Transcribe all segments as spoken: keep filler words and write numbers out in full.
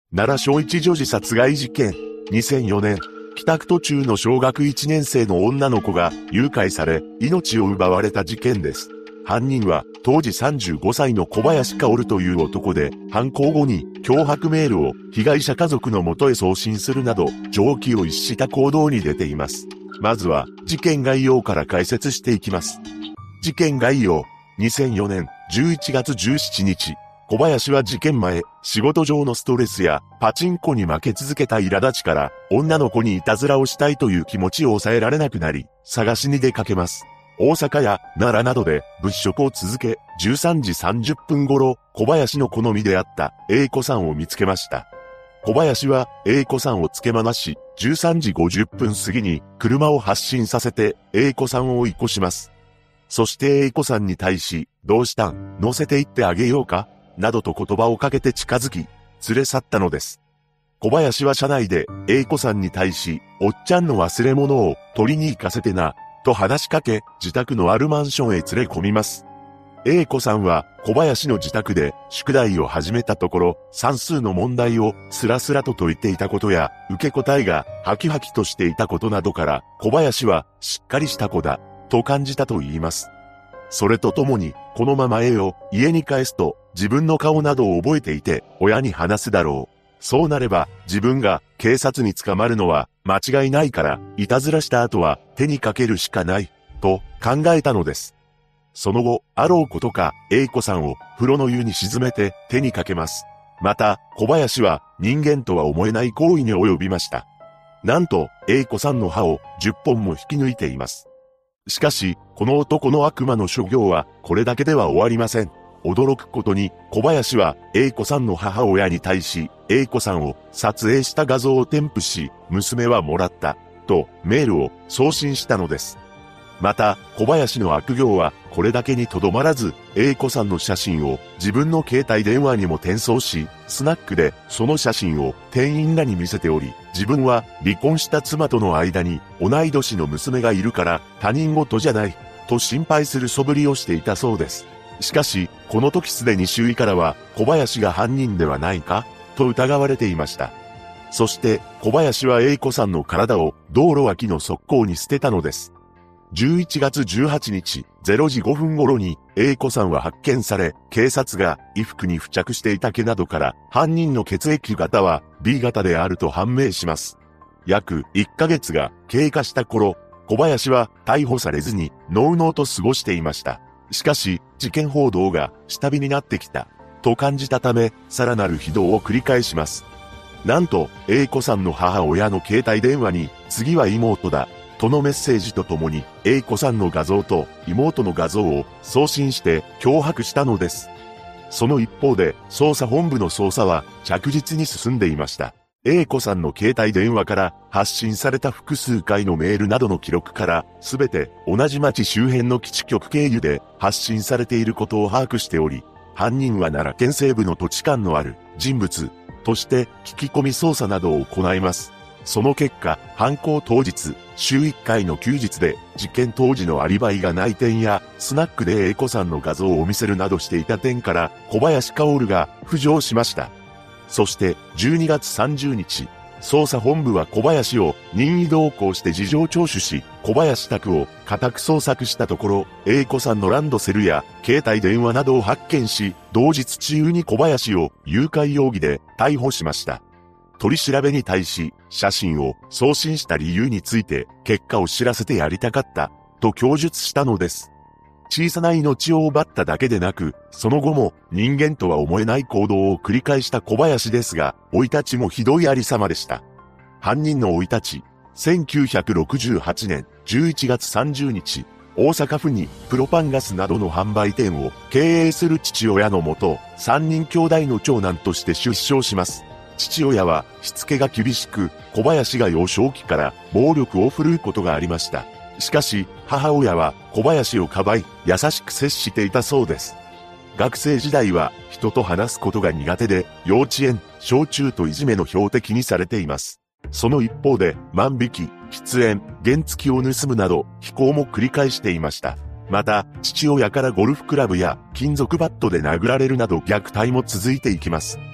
奈良小一女児殺害事件。にせんよねん、帰宅途中の小学いちねんせいの女の子が誘拐され、命を奪われた事件です。犯人は、当時さんじゅうごさいの小林薫という男で、犯行後に脅迫メールを被害者家族の元へ送信するなど、常軌を逸した行動に出ています。まずは、事件概要から解説していきます。事件概要。にせんよねんじゅういちがつじゅうしちにち、小林は事件前、仕事上のストレスやパチンコに負け続けた苛立ちから、女の子にいたずらをしたいという気持ちを抑えられなくなり、探しに出かけます。大阪や奈良などで物色を続け、じゅうさんじさんじゅっぷん頃、小林の好みであった A 子さんを見つけました。小林は A 子さんをつけ回し、じゅうさんじごじゅっぷん過ぎに車を発進させて A 子さんを追い越します。そして A 子さんに対し、どうしたん？乗せて行ってあげようか？などと言葉をかけて近づき、連れ去ったのです。小林は車内で A 子さんに対し、おっちゃんの忘れ物を取りに行かせてな、と話しかけ、自宅のあるマンションへ連れ込みます。A 子さんは小林の自宅で宿題を始めたところ、算数の問題をスラスラと解いていたことや、受け答えがハキハキとしていたことなどから、小林はしっかりした子だ、と感じたと言います。それとともに、このまま A を家に帰すと、自分の顔などを覚えていて、親に話すだろう。そうなれば、自分が警察に捕まるのは間違いないから、いたずらした後は手にかけるしかない、と考えたのです。その後、あろうことか、A 子さんを風呂の湯に沈めて手にかけます。また、小林は人間とは思えない行為に及びました。なんと、A 子さんの歯をじゅっぽんも引き抜いています。しかし、この男の悪魔の所業はこれだけでは終わりません。驚くことに、小林は A 子さんの母親に対し、A 子さんを撮影した画像を添付し、娘はもらった、とメールを送信したのです。また、小林の悪行はこれだけにとどまらず、A 子さんの写真を自分の携帯電話にも転送し、スナックでその写真を店員らに見せており、自分は離婚した妻との間に同い年の娘がいるから他人事じゃない、と心配する素振りをしていたそうです。しかし、この時すでに周囲からは小林が犯人ではないか、と疑われていました。そして小林は A 子さんの体を道路脇の側溝に捨てたのです。じゅういちがつじゅうはちにちれいじごふん頃に A 子さんは発見され、警察が衣服に付着していた毛などから犯人の血液型は B 型であると判明します。約いっかげつが経過した頃、小林は逮捕されずにのうのうと過ごしていました。しかし、事件報道が下火になってきた、と感じたため、さらなる非道を繰り返します。なんと、A 子さんの母親の携帯電話に、次は妹だ、とのメッセージとともに、A 子さんの画像と妹の画像を送信して脅迫したのです。その一方で、捜査本部の捜査は着実に進んでいました。A 子さんの携帯電話から発信された複数回のメールなどの記録から、すべて同じ町周辺の基地局経由で発信されていることを把握しており、犯人は奈良県西部の土地勘のある人物として聞き込み捜査などを行います。その結果、犯行当日、週いっかいの休日で事件当時のアリバイがない点や、スナックで A 子さんの画像を見せるなどしていた点から、小林薫が浮上しました。そしてじゅうにがつさんじゅうにち、捜査本部は小林を任意同行して事情聴取し、小林宅を家宅捜索したところ、A 子さんのランドセルや携帯電話などを発見し、同日中に小林を誘拐容疑で逮捕しました。取り調べに対し、写真を送信した理由について、結果を知らせてやりたかった、と供述したのです。小さな命を奪っただけでなく、その後も人間とは思えない行動を繰り返した小林ですが、生い立ちもひどいありさまでした。犯人の生い立ち、せんきゅうひゃくろくじゅうはちねんじゅういちがつさんじゅうにち、大阪府にプロパンガスなどの販売店を経営する父親のもと、さんにん兄弟の長男として出生します。父親はしつけが厳しく、小林が幼少期から暴力を振るうことがありました。しかし、母親は小林をかばい、優しく接していたそうです。学生時代は人と話すことが苦手で、幼稚園、小中といじめの標的にされています。その一方で、万引き、喫煙、原付を盗むなど、非行も繰り返していました。また、父親からゴルフクラブや金属バットで殴られるなど虐待も続いていきます。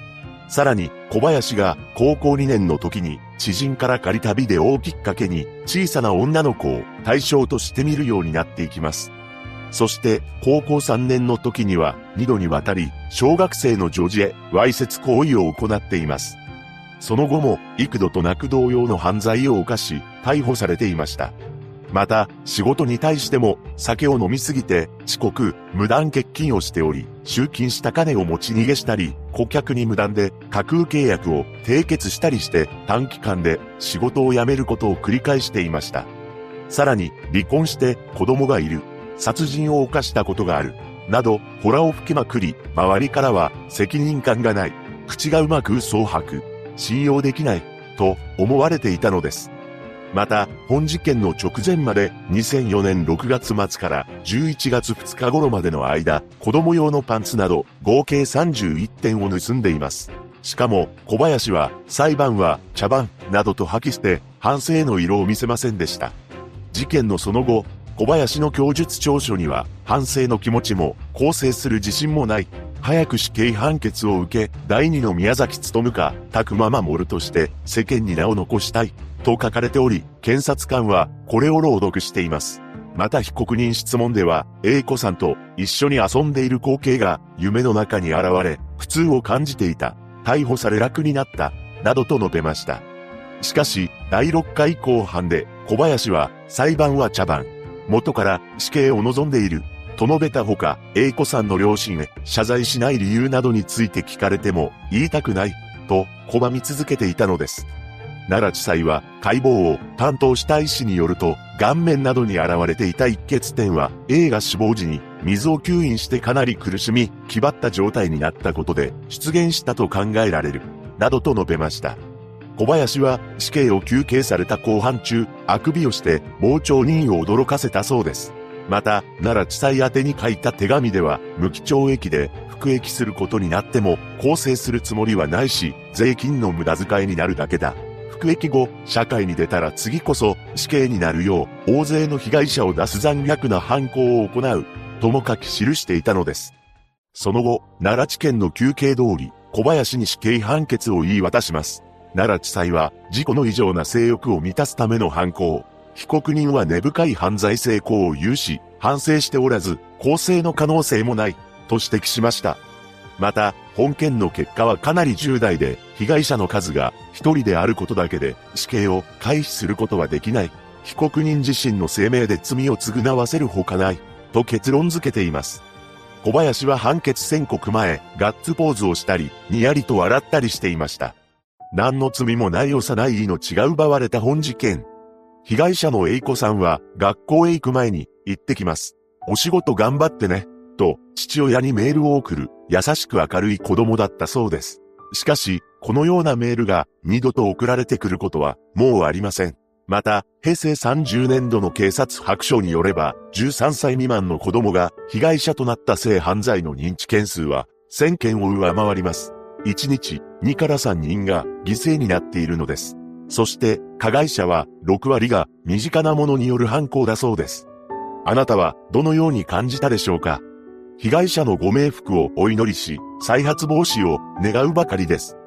さらに、小林が高校にねんの時に知人から借りたビデオをきっかけに小さな女の子を対象として見るようになっていきます。そして高校さんねんの時にはにどにわたり小学生の女児へわいせつ行為を行っています。その後も幾度となく同様の犯罪を犯し逮捕されていました。また、仕事に対しても酒を飲みすぎて遅刻、無断欠勤をしており、集金した金を持ち逃げしたり、顧客に無断で架空契約を締結したりして短期間で仕事を辞めることを繰り返していました。さらに、離婚して子供がいる、殺人を犯したことがある、など、ホラを吹きまくり、周りからは責任感がない、口がうまく嘘を吐く、信用できない、と思われていたのです。また、本事件の直前までにせんよねんろくがつまつからじゅういちがつふつか頃までの間、子供用のパンツなど合計さんじゅういってんを盗んでいます。しかも、小林は裁判は茶番などと吐き捨て、反省の色を見せませんでした。事件のその後、小林の供述調書には反省の気持ちも更生する自信もない。早く死刑判決を受け、第二の宮崎努か、拓馬守として世間に名を残したい、と書かれており、検察官はこれを朗読しています。また被告人質問では、A子さんと一緒に遊んでいる光景が夢の中に現れ、苦痛を感じていた。逮捕され楽になった。などと述べました。しかし、だいろっかい公判で、小林は裁判は茶番。元から死刑を望んでいる。と述べたほか、A子さんの両親へ謝罪しない理由などについて聞かれても言いたくない、と拒み続けていたのです。奈良地裁は解剖を担当した医師によると、顔面などに現れていた一血点は A が死亡時に水を吸引してかなり苦しみ、気張った状態になったことで出現したと考えられる、などと述べました。小林は死刑を求刑された公判中、あくびをして傍聴人を驚かせたそうです。また、奈良地裁宛てに書いた手紙では、無期懲役で服役することになっても、更生するつもりはないし、税金の無駄遣いになるだけだ。服役後、社会に出たら次こそ死刑になるよう、大勢の被害者を出す残虐な犯行を行う、とも書き記していたのです。その後、奈良地検の求刑通り、小林に死刑判決を言い渡します。奈良地裁は、自己の異常な性欲を満たすための犯行。被告人は根深い犯罪成功を有し、反省しておらず、更生の可能性もない、と指摘しました。また、本件の結果はかなり重大で、被害者の数が一人であることだけで死刑を回避することはできない。被告人自身の声明で罪を償わせるほかない、と結論付けています。小林は判決宣告前、ガッツポーズをしたり、にやりと笑ったりしていました。何の罪もない幼い命が奪われた本事件。被害者の A 子さんは学校へ行く前に行ってきます。お仕事頑張ってね。と父親にメールを送る優しく明るい子供だったそうです。しかし、このようなメールが二度と送られてくることはもうありません。また、へいせいさんじゅうねんどの警察白書によれば、じゅうさんさい未満の子供が被害者となった性犯罪の認知件数はせんけんを上回ります。いちにちにからさんにんが犠牲になっているのです。そして、加害者はろくわりが身近なものによる犯行だそうです。あなたはどのように感じたでしょうか？被害者のご冥福をお祈りし、再発防止を願うばかりです。